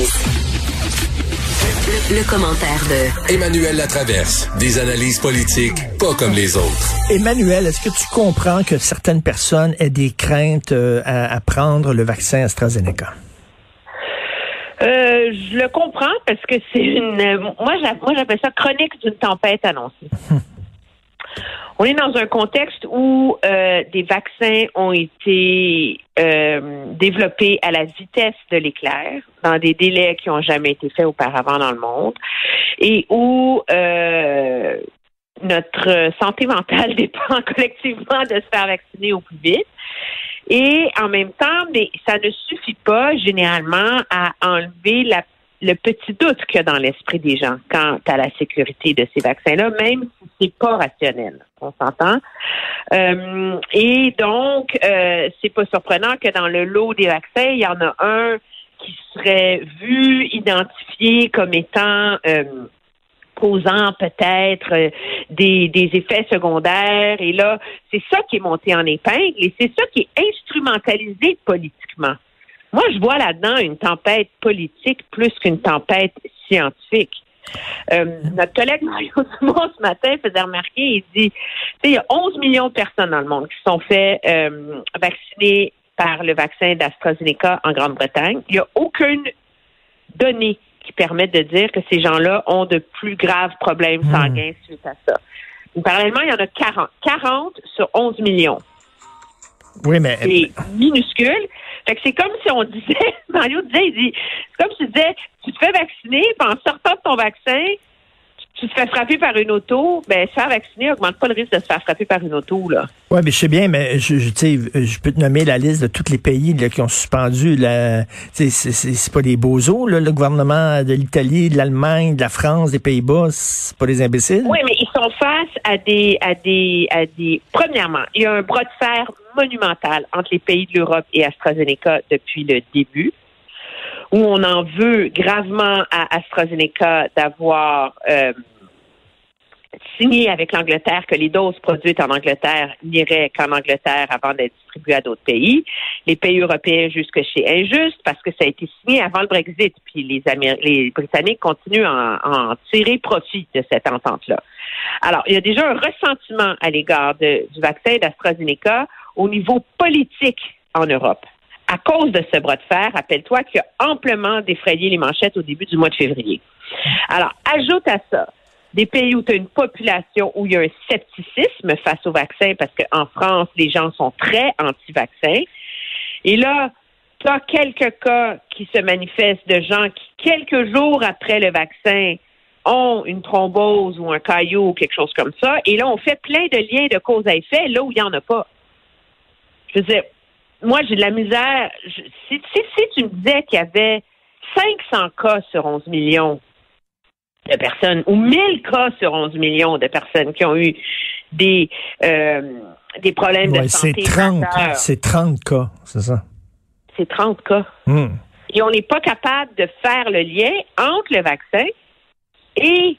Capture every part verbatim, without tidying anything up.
Le, le commentaire de Emmanuel Latraverse. Des analyses politiques pas comme les autres. Emmanuel, est-ce que tu comprends que certaines personnes aient des craintes euh, à, à prendre le vaccin AstraZeneca? Euh, je le comprends parce que c'est une... Euh, moi, moi, j'appelle ça chronique d'une tempête annoncée. On est dans un contexte où euh, des vaccins ont été euh, développés à la vitesse de l'éclair, dans des délais qui n'ont jamais été faits auparavant dans le monde, et où euh, notre santé mentale dépend collectivement de se faire vacciner au plus vite. Et en même temps, mais ça ne suffit pas généralement à enlever la, le petit doute qu'il y a dans l'esprit des gens quant à la sécurité de ces vaccins-là, même si c'est pas rationnel. On s'entend. Euh, et donc, euh, c'est pas surprenant que dans le lot des vaccins, il y en a un qui serait vu, identifié comme étant euh, causant peut-être euh, des, des effets secondaires. Et là, c'est ça qui est monté en épingle et c'est ça qui est instrumentalisé politiquement. Moi, je vois là-dedans une tempête politique plus qu'une tempête scientifique. Euh, notre collègue Mario Dumont ce matin faisait remarquer, il dit, tu sais, il y a onze millions de personnes dans le monde qui sont fait euh, vacciner par le vaccin d'AstraZeneca en Grande-Bretagne. Il n'y a aucune donnée qui permet de dire que ces gens-là ont de plus graves problèmes mmh. sanguins suite à ça. Donc, parallèlement, il y en a quarante. quarante sur onze millions. Oui, mais... C'est minuscule. Fait que c'est comme si on disait, Mario disait, il dit, c'est comme si tu disais, tu te fais vacciner, puis en sortant de ton vaccin, tu te fais frapper par une auto, ben se faire vacciner augmente pas le risque de se faire frapper par une auto, là. Oui, mais je sais bien, mais je, je, tu sais, je peux te nommer la liste de tous les pays là, qui ont suspendu la. C'est, c'est, c'est pas des bozos, là, le gouvernement de l'Italie, de l'Allemagne, de la France, des Pays-Bas, c'est pas des imbéciles. Oui, mais ils sont face à des à des à des. Premièrement, il y a un bras de fer monumental entre les pays de l'Europe et AstraZeneca depuis le début, où on en veut gravement à AstraZeneca d'avoir euh, signé avec l'Angleterre que les doses produites en Angleterre n'iraient qu'en Angleterre avant d'être distribuées à d'autres pays. Les pays européens jugent que c'est injuste parce que ça a été signé avant le Brexit, puis les, Améri- les Britanniques continuent à en, en tirer profit de cette entente-là. Alors, il y a déjà un ressentiment à l'égard de, du vaccin d'AstraZeneca au niveau politique en Europe. À cause de ce bras de fer, rappelle-toi qu'il a amplement défrayé les manchettes au début du mois de février. Alors, ajoute à ça des pays où tu as une population où il y a un scepticisme face au vaccin parce qu'en France, les gens sont très anti-vaccins. Et là, tu as quelques cas qui se manifestent de gens qui, quelques jours après le vaccin, ont une thrombose ou un caillot ou quelque chose comme ça. Et là, on fait plein de liens de cause à effet là où il n'y en a pas. Je veux dire, moi, j'ai de la misère. Je, si, si, si tu me disais qu'il y avait cinq cents cas sur onze millions de personnes ou mille cas sur onze millions de personnes qui ont eu des, euh, des problèmes ouais, de santé. C'est trente, c'est trente cas, c'est ça? C'est trente cas. Mm. Et on n'est pas capable de faire le lien entre le vaccin et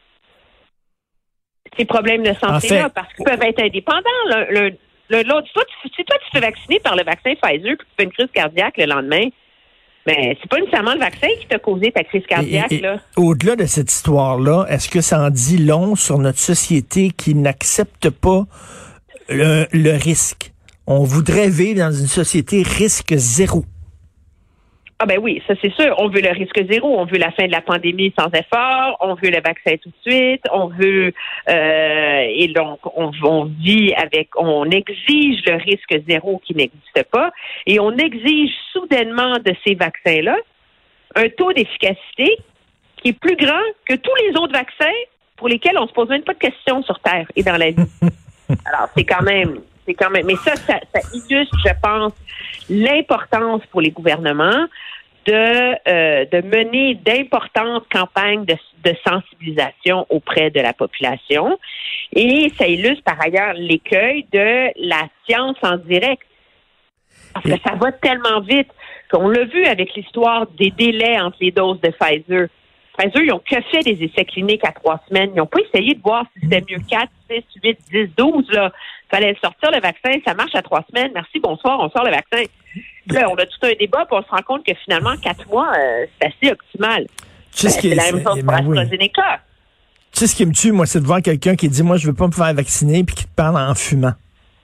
ces problèmes de santé-là, en fait, parce qu'ils peuvent être indépendants. Le, le, le, l'autre, toi, tu, si toi, tu te fais vacciner par le vaccin Pfizer puis tu fais une crise cardiaque le lendemain, ben, c'est pas nécessairement le vaccin qui t'a causé ta crise cardiaque, et, et, là. Au-delà de cette histoire-là, est-ce que ça en dit long sur notre société qui n'accepte pas le, le risque? On voudrait vivre dans une société risque zéro. Ah ben oui, ça c'est sûr. On veut le risque zéro, on veut la fin de la pandémie sans effort, on veut le vaccin tout de suite, on veut euh, et donc on, on vit avec, on exige le risque zéro qui n'existe pas et on exige soudainement de ces vaccins-là un taux d'efficacité qui est plus grand que tous les autres vaccins pour lesquels on se pose même pas de questions sur Terre et dans la vie. Alors c'est quand même, c'est quand même, mais ça, ça, ça illustre, je pense, l'importance pour les gouvernements de euh, de mener d'importantes campagnes de, de sensibilisation auprès de la population. Et ça illustre par ailleurs l'écueil de la science en direct. Parce que ça va tellement vite qu'on l'a vu avec l'histoire des délais entre les doses de Pfizer. Pfizer, ils ont que fait des essais cliniques à trois semaines. Ils n'ont pas essayé de voir si c'était mieux quatre, six, huit, dix, douze. Là. Il fallait sortir le vaccin. Ça marche à trois semaines. Merci, bonsoir, on sort le vaccin. Puis là, on a tout un débat, puis on se rend compte que finalement, quatre mois, euh, c'est assez optimal. Tu sais ce Ben, qui c'est est- la même chose c'est- pour ben oui. AstraZeneca. Tu sais ce qui me tue, moi, c'est de voir quelqu'un qui dit, moi, je veux pas me faire vacciner, puis qui te parle en fumant.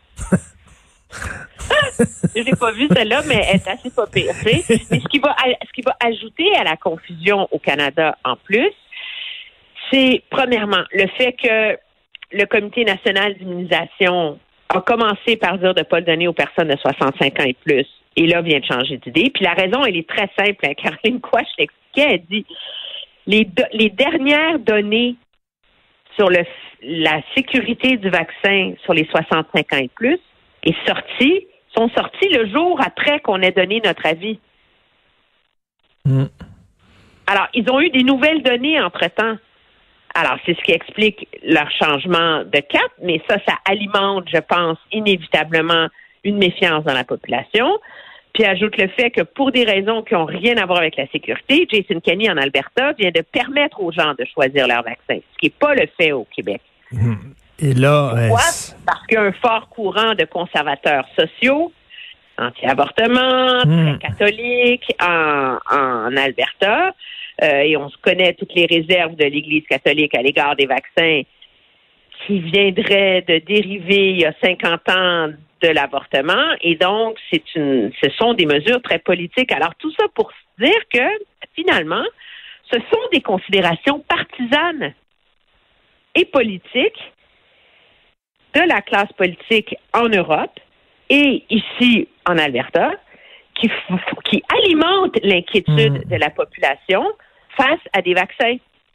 Je l'ai pas vu celle-là, mais elle est assez pas pire. Tu sais. Mais ce qui va, ce qui va ajouter à la confusion au Canada en plus, c'est premièrement le fait que le Comité national d'immunisation a commencé par dire de ne pas le donner aux personnes de soixante-cinq ans et plus, et là vient de changer d'idée. Puis la raison, elle est très simple. Hein. Caroline Quach l'expliquait, elle dit les, do- les dernières données sur le, la sécurité du vaccin sur les soixante-cinq ans et plus est sortie, sont sorties le jour après qu'on ait donné notre avis. Mm. Alors, ils ont eu des nouvelles données entre-temps. Alors, c'est ce qui explique leur changement de cap, mais ça, ça alimente, je pense, inévitablement une méfiance dans la population. Puis ajoute le fait que pour des raisons qui n'ont rien à voir avec la sécurité, Jason Kenney en Alberta vient de permettre aux gens de choisir leur vaccin, ce qui n'est pas le fait au Québec. Mm. Et là, Pourquoi? euh, Parce qu'il y a un fort courant de conservateurs sociaux, anti-avortement, Mm. très catholiques en, en Alberta. Euh, et on se connaît toutes les réserves de l'Église catholique à l'égard des vaccins qui viendraient de dériver il y a cinquante ans de l'avortement. Et donc, c'est une, ce sont des mesures très politiques. Alors, tout ça pour se dire que, finalement, ce sont des considérations partisanes et politiques de la classe politique en Europe et ici en Alberta qui, qui alimentent l'inquiétude Mmh. de la population face à des vaccins.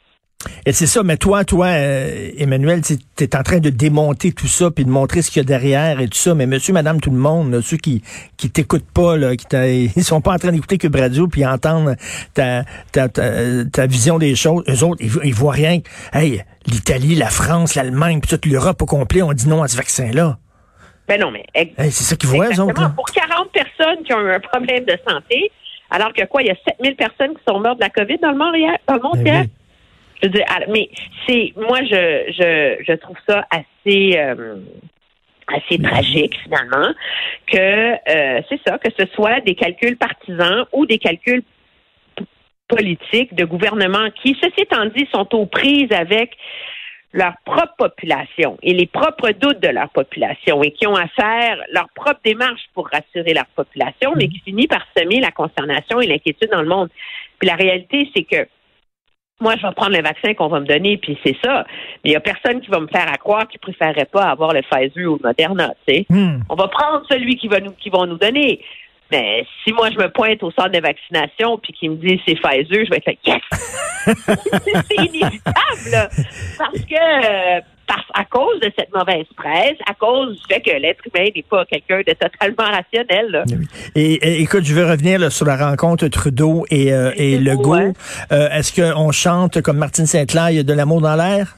et c'est ça, mais toi, toi, euh, Emmanuel, tu es en train de démonter tout ça, puis de montrer ce qu'il y a derrière et tout ça, mais monsieur, madame, tout le monde, là, ceux qui qui t'écoutent pas, là, qui t'a- ils sont pas en train d'écouter Cube Radio, puis entendre ta, ta, ta, ta vision des choses, eux autres, ils, ils voient rien. Hey, l'Italie, la France, l'Allemagne, puis toute l'Europe au complet, on dit non à ce vaccin-là. Ben non, mais Hey, c'est ça qu'ils voient, eux exactement. autres. Là. Pour quarante personnes qui ont eu un problème de santé, alors que quoi, il y a sept mille personnes qui sont mortes de la COVID dans le monde hier, dans le monde Ben hier. oui. Je veux dire, alors, mais c'est, moi, je, je, je trouve ça assez, euh, assez tragique finalement que euh, c'est ça, que ce soit des calculs partisans ou des calculs p- politiques de gouvernement qui, ceci étant dit, sont aux prises avec leur propre population et les propres doutes de leur population et qui ont à faire leur propre démarche pour rassurer leur population, mais qui finit par semer la consternation et l'inquiétude dans le monde. Puis la réalité, c'est que moi, je vais prendre le vaccin qu'on va me donner, puis c'est ça. Mais il n'y a personne qui va me faire à croire qu'il ne préférerait pas avoir le Pfizer ou le Moderna, tu sais. Hmm. On va prendre celui qui va nous, qui vont nous donner. Mais si moi, je me pointe au centre de vaccination puis qu'ils me disent c'est Pfizer, je vais être là, yes! C'est inévitable, là. Parce que, euh, parce, à cause de cette mauvaise presse, à cause du fait que l'être humain n'est pas quelqu'un de totalement rationnel, là. Oui. Et, et écoute, je veux revenir là, sur la rencontre Trudeau et, euh, et C'est beau, Legault. hein? Euh, est-ce qu'on chante comme Martine Saint-Clair, il y a de l'amour dans l'air?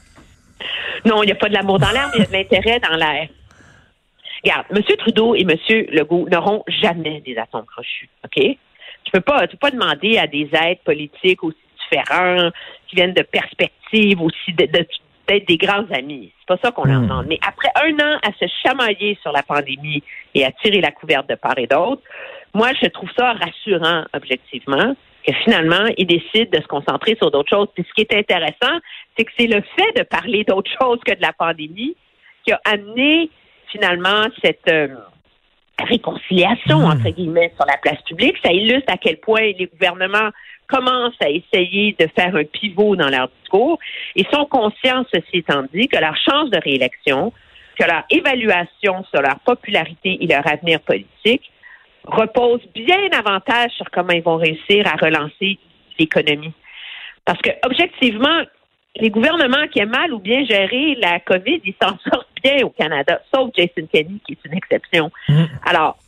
Non, il n'y a pas de l'amour dans l'air, mais il y a de l'intérêt dans l'air. Regarde, M. Trudeau et M. Legault n'auront jamais des atomes crochus, OK? Tu peux pas, tu peux pas demander à des êtres politiques aussi différents, qui viennent de perspectives aussi, de, de, d'être des grands amis. C'est pas ça qu'on Mm. entend. Mais après un an à se chamailler sur la pandémie et à tirer la couverte de part et d'autre, moi, je trouve ça rassurant, objectivement, que finalement, ils décident de se concentrer sur d'autres choses. Puis ce qui est intéressant, c'est que c'est le fait de parler d'autre chose que de la pandémie qui a amené finalement cette euh, réconciliation, Mmh. entre guillemets, sur la place publique. Ça illustre à quel point les gouvernements commencent à essayer de faire un pivot dans leur discours et sont conscients, ceci étant dit, que leur chance de réélection, que leur évaluation sur leur popularité et leur avenir politique repose bien davantage sur comment ils vont réussir à relancer l'économie. Parce que, objectivement, les gouvernements qui aiment mal ou bien gérer la COVID, ils s'en sortent bien au Canada, sauf Jason Kenney, qui est une exception. Mmh. Alors,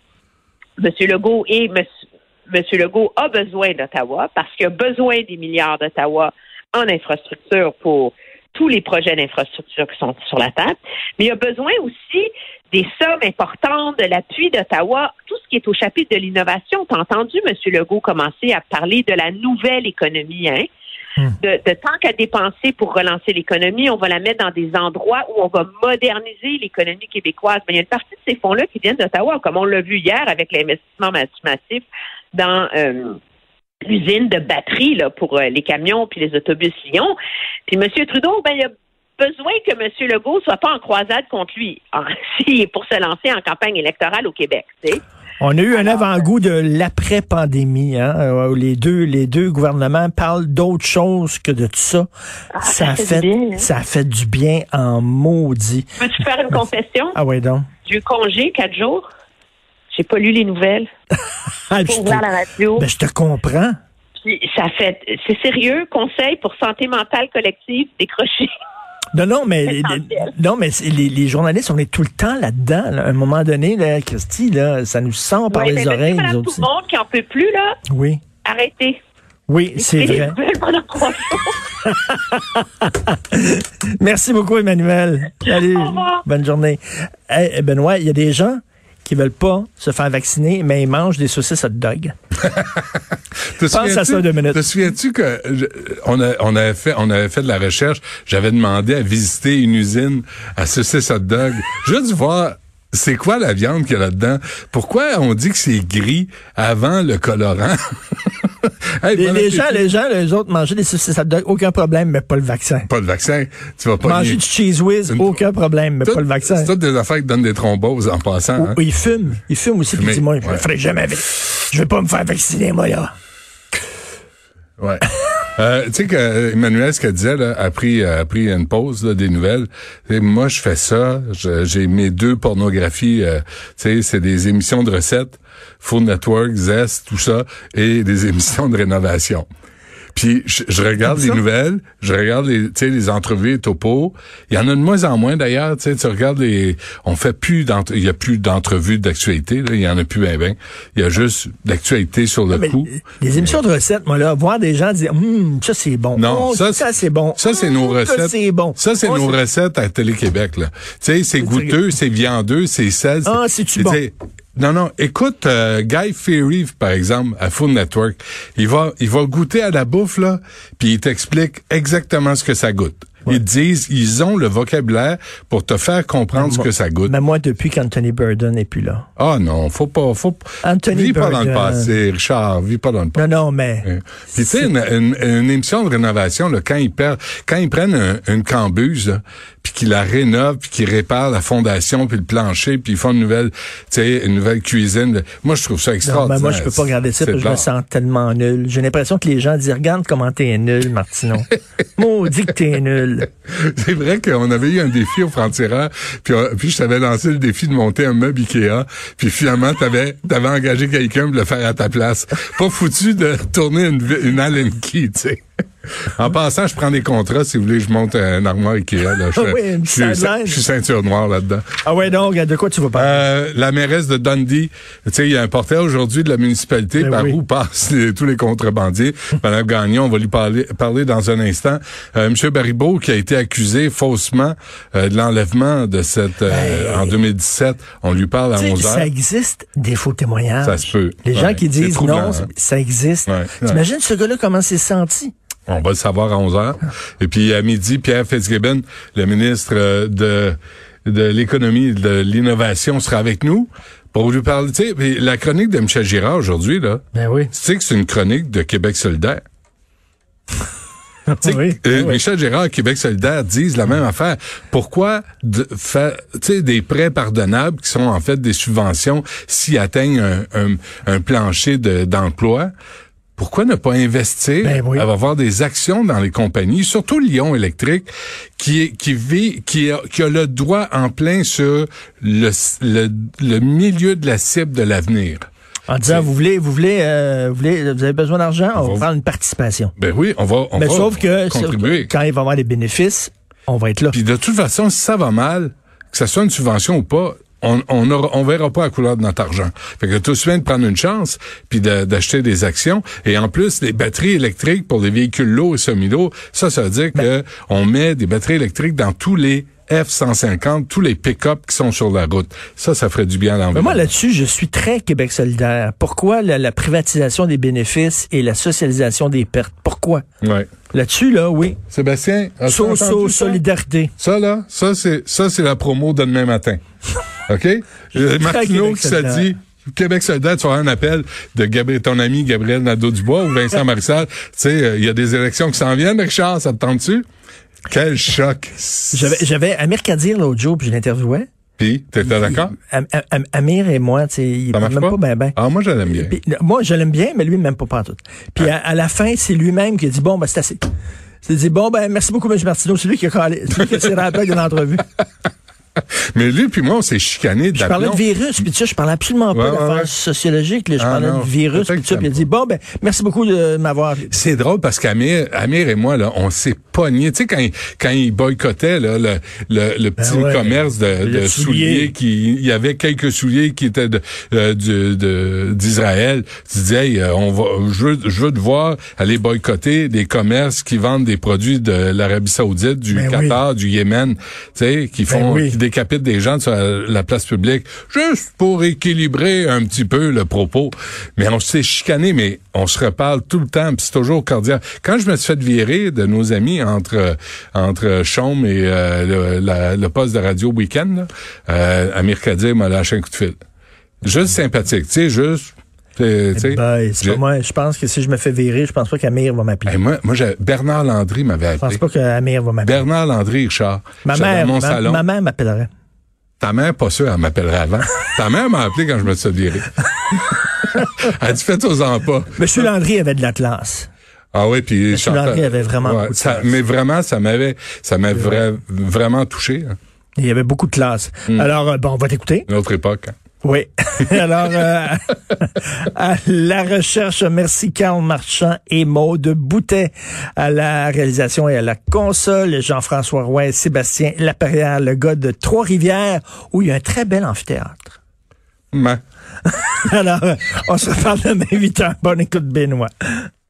M. Legault et M. M. Legault a besoin d'Ottawa parce qu'il a besoin des milliards d'Ottawa en infrastructure pour tous les projets d'infrastructure qui sont sur la table, mais il a besoin aussi des sommes importantes, de l'appui d'Ottawa, tout ce qui est au chapitre de l'innovation. Tu as entendu M. Legault commencer à parler de la nouvelle économie, hein? de, de temps qu'à dépenser pour relancer l'économie, on va la mettre dans des endroits où on va moderniser l'économie québécoise. Mais il y a une partie de ces fonds-là qui viennent d'Ottawa, comme on l'a vu hier avec l'investissement massif dans euh, l'usine de batterie là, pour euh, les camions puis les autobus Lyon. Puis M. Trudeau, ben, il a besoin que M. Legault soit pas en croisade contre lui si, pour se lancer en campagne électorale au Québec, tu sais. On a eu un avant-goût de l'après-pandémie, hein, où les deux, les deux gouvernements parlent d'autre chose que de tout ça. Ah, ça, ça, a fait fait, du bien, hein? ça a fait du bien en maudit. Peux-tu faire une confession? Ah ouais, donc. J'ai eu congé quatre jours. J'ai pas lu les nouvelles. Ah, Pour je, voir te, la radio. ben, je te comprends. Puis ça fait, c'est sérieux, conseil pour santé mentale collective, décrocher. Non, non, mais, les, non, mais les, les journalistes, on est tout le temps là-dedans. Là. À un moment donné, là, Christy, là, ça nous sort par oui, les mais oreilles. Madame, nous tout aussi. le monde qui en peut plus, là, Oui. arrêtez. Oui, c'est vrai. Pendant trois jours. Merci beaucoup, Emmanuel. Salut. Au revoir. Bonne journée. Hey, Benoît, il y a des gens qui veulent pas se faire vacciner, mais ils mangent des saucisses hot dog. Pense à ça deux minutes. Te souviens-tu que je, on, a, on avait fait, on avait fait de la recherche. J'avais demandé à visiter une usine à saucisses hot dog. Juste voir c'est quoi la viande qu'il y a là-dedans. Pourquoi on dit que c'est gris avant le colorant? Hey, les, les gens, les gens, les autres manger des saucisses hot dog, aucun problème, mais pas le vaccin. Pas le vaccin. Tu vas pas manger nier. du cheese whiz, Une... aucun problème, mais tout, pas le vaccin. C'est toutes des affaires qui donnent des thromboses en passant. Ou, hein? ils fument. Ils fument aussi. Puis Mais, ils disent, moi, ouais. je le ferai jamais avec. Je vais pas me faire vacciner, moi, là. Ouais. Euh, tu sais que Emmanuel, ce qu'elle disait, là, a pris, a pris une pause là, des nouvelles. Et moi, je fais ça. Je, j'ai mes deux pornographies. Euh, tu sais, c'est des émissions de recettes, Food Network, Zest, tout ça, et des émissions de rénovation. Puis je, je regarde les nouvelles, je regarde les, tu sais, les entrevues topo. Il y en a de moins en moins d'ailleurs. Tu sais, tu regardes les, on fait plus d'entre, il y a plus d'entrevues d'actualité. Là, il y en a plus ben ben. Il y a juste d'actualité sur le Mais coup. les émissions de recettes, moi là, voir des gens dire, hum, ça c'est bon. Non, oh, ça, ça c'est bon. Ça c'est Hum, nos recettes. Ça c'est bon. Ça c'est oh, nos c'est... recettes à Télé-Québec là. Tu sais, c'est goûteux, c'est viandeux, c'est sel. Ah, c'est-tu bon? Non, non. Écoute, euh, Guy Fieri, par exemple, à Food Network, il va, il va goûter à la bouffe, là, puis il t'explique exactement ce que ça goûte. Ouais. Ils disent, ils ont le vocabulaire pour te faire comprendre mais ce moi, que ça goûte. Mais moi, depuis qu'Anthony Burden n'est plus là. Ah non, faut pas, faut Anthony vis Burden. pas dans le passé, Richard, vis pas dans le passé. Non, non, mais. Puis tu sais, une, une, une émission de rénovation, là, quand ils perdent, quand ils prennent un, une cambuse, là, puis qu'ils la rénovent, puis qu'ils réparent la fondation, puis le plancher, puis ils font une nouvelle, tu sais, une nouvelle cuisine. Moi, je trouve ça extraordinaire. Non, mais moi, je peux pas regarder ça, parce que je me sens tellement nul. J'ai l'impression que les gens disent, regarde comment t'es nul, Martineau. Maudit que t'es nul. C'est vrai qu'on avait eu un défi au Franc-Tireur, puis, puis je t'avais lancé le défi de monter un meuble Ikea, puis finalement, t'avais, t'avais engagé quelqu'un pour le faire à ta place. Pas foutu de tourner une, une Allen key, tu sais. En passant, je prends des contrats, si vous voulez, je monte un armoire Ikea. Là. Je, oui, je, suis, je suis ceinture noire là-dedans. Ah ouais, donc, de quoi tu vas parler? Euh, la mairesse de Dundee, tu sais, il y a un portrait aujourd'hui de la municipalité ben par oui. où passent les, tous les contrebandiers. Madame Gagnon, on va lui parler, parler dans un instant. Euh, M. Baribeau, qui a été accusé faussement euh, de l'enlèvement de cette euh, hey. en deux mille dix-sept, on lui parle à onze heures. Ça existe, des faux témoignages. Ça se peut. Les ouais, gens qui disent non, hein. Ça existe. Ouais, T'imagines ouais. ce gars-là, comment c'est senti? On va le savoir à onze heures. Et puis, à midi, Pierre Fitzgibbon, le ministre de, de l'économie et de l'innovation, sera avec nous pour lui parler. Tu sais, la chronique de Michel Girard aujourd'hui, là. Ben oui. Tu sais que c'est une chronique de Québec solidaire. Tu sais, oui, euh, oui. Michel Girard et Québec solidaire disent la même affaire. Pourquoi de faire, tu sais, des prêts pardonnables qui sont en fait des subventions s'ils atteignent un, un, un plancher de, d'emploi? Pourquoi ne pas investir, ben oui. avoir des actions dans les compagnies, surtout Lyon Électrique, qui est, qui vit, qui a, qui a le doigt en plein sur le, le, le milieu de la cible de l'avenir. En disant, vous voulez, vous voulez, euh, vous voulez, vous avez besoin d'argent, on, on va prendre une participation. Ben oui, on va, on Mais va sauf que contribuer. Quand il va y avoir des bénéfices, on va être là. Puis de toute façon, si ça va mal, que ça soit une subvention ou pas, on on, aura, on verra pas la couleur de notre argent. Fait que tout suite de prendre une chance, puis de, d'acheter des actions. Et en plus, les batteries électriques pour les véhicules lourds et semi-lourds, ça, ça veut dire ben, que on met des batteries électriques dans tous les F cent cinquante, tous les pick-up qui sont sur la route. Ça, ça ferait du bien à l'environnement. Mais moi, là-dessus, je suis très Québec solidaire. Pourquoi la, la privatisation des bénéfices et la socialisation des pertes? Pourquoi? Ouais. Là-dessus, là, oui. Sébastien, as-tu So, entendu so, ça? solidarité. Ça, là, ça, c'est, ça, c'est la promo de demain matin. OK? Martineau qui s'est dit, Québec solidaire, tu auras un appel de Gabriel, ton ami Gabriel Nadeau-Dubois ou Vincent Marissal. Tu sais, il euh, y a des élections qui s'en viennent, Richard, ça te tente-tu? Quel choc! J'avais, j'avais Amir Kadir l'autre jour, puis je l'interviewais. Puis, t'étais d'accord? Am, Am, Amir et moi, tu sais, il Ça parle marche même pas? pas ben ben. Ah, moi, je l'aime bien. Puis, moi, je l'aime bien, mais lui, même pas partout. Puis, à, à la fin, c'est lui-même qui a dit, bon, ben, c'est assez. Il a dit, bon, ben, merci beaucoup, M. Martineau. C'est lui qui a calé, c'est lui qui a tiré à la plaque de l'entrevue. Mais lui puis moi, on s'est chicané Je parlais de virus, puis tu sais, je parlais absolument pas Ouais, d'affaires ouais, ouais. sociologiques. Là. Je Ah, parlais non. de virus, Peut-être puis ça. que Puis il a t'aimes dit, bon, ben, merci beaucoup de m'avoir... C'est drôle parce qu'Amir Amir et moi, là, on s'est pognés. Tu sais, quand il, quand il boycottait là, le, le, le petit Ben ouais. commerce de, Le de soulier. souliers, qui, il y avait quelques souliers qui étaient de, euh, du- de, d'Israël. Tu disais, hey, on va, je veux, je veux te voir aller boycotter des commerces qui vendent des produits de l'Arabie Saoudite, du Ben Qatar, du Yémen, tu sais, qui font, Ben oui. qui décapitent des gens sur la, la place publique, juste pour équilibrer un petit peu le propos. Mais on s'est chicané, mais on se reparle tout le temps, puis c'est toujours cordial. Quand je me suis fait virer de nos amis entre entre Chaume et euh, le, la, le poste de radio Week-end, là, euh, Amir Kadir m'a lâché un coup de fil. Juste sympathique, tu sais, juste... Tu sais, Ben, c'est je- pas moi. Je pense que si je me fais virer, je pense pas qu'Amir va m'appeler. Hey, moi, moi j'ai- Bernard Landry m'avait Je pense appelé. pas qu'Amir va m'appeler. Bernard Landry, Richard. Ma J'étais mère, dans mon ma, salon. ma mère m'appellerait. Ta mère, pas sûr, elle m'appellerait avant. Ta mère m'a appelé quand je me suis viré. Elle dit, faites-en pas. Monsieur Landry avait de la classe. Ah oui, puis Monsieur Landry avait vraiment beaucoup de ça, classe. mais vraiment, ça m'avait, ça m'a vra- vraiment touché. Hein. Il y avait beaucoup de classe. Mm. Alors, euh, bon, on va t'écouter. Une autre époque. Hein. Oui. Alors, euh, à la recherche, merci Karl Marchand et Maude Boutet. À la réalisation et à la console, Jean-François Roy et Sébastien Laperrière, le gars de Trois-Rivières, où il y a un très bel amphithéâtre. Mais. Alors, euh, on se reparle demain huit heures. Bonne écoute, Benoît.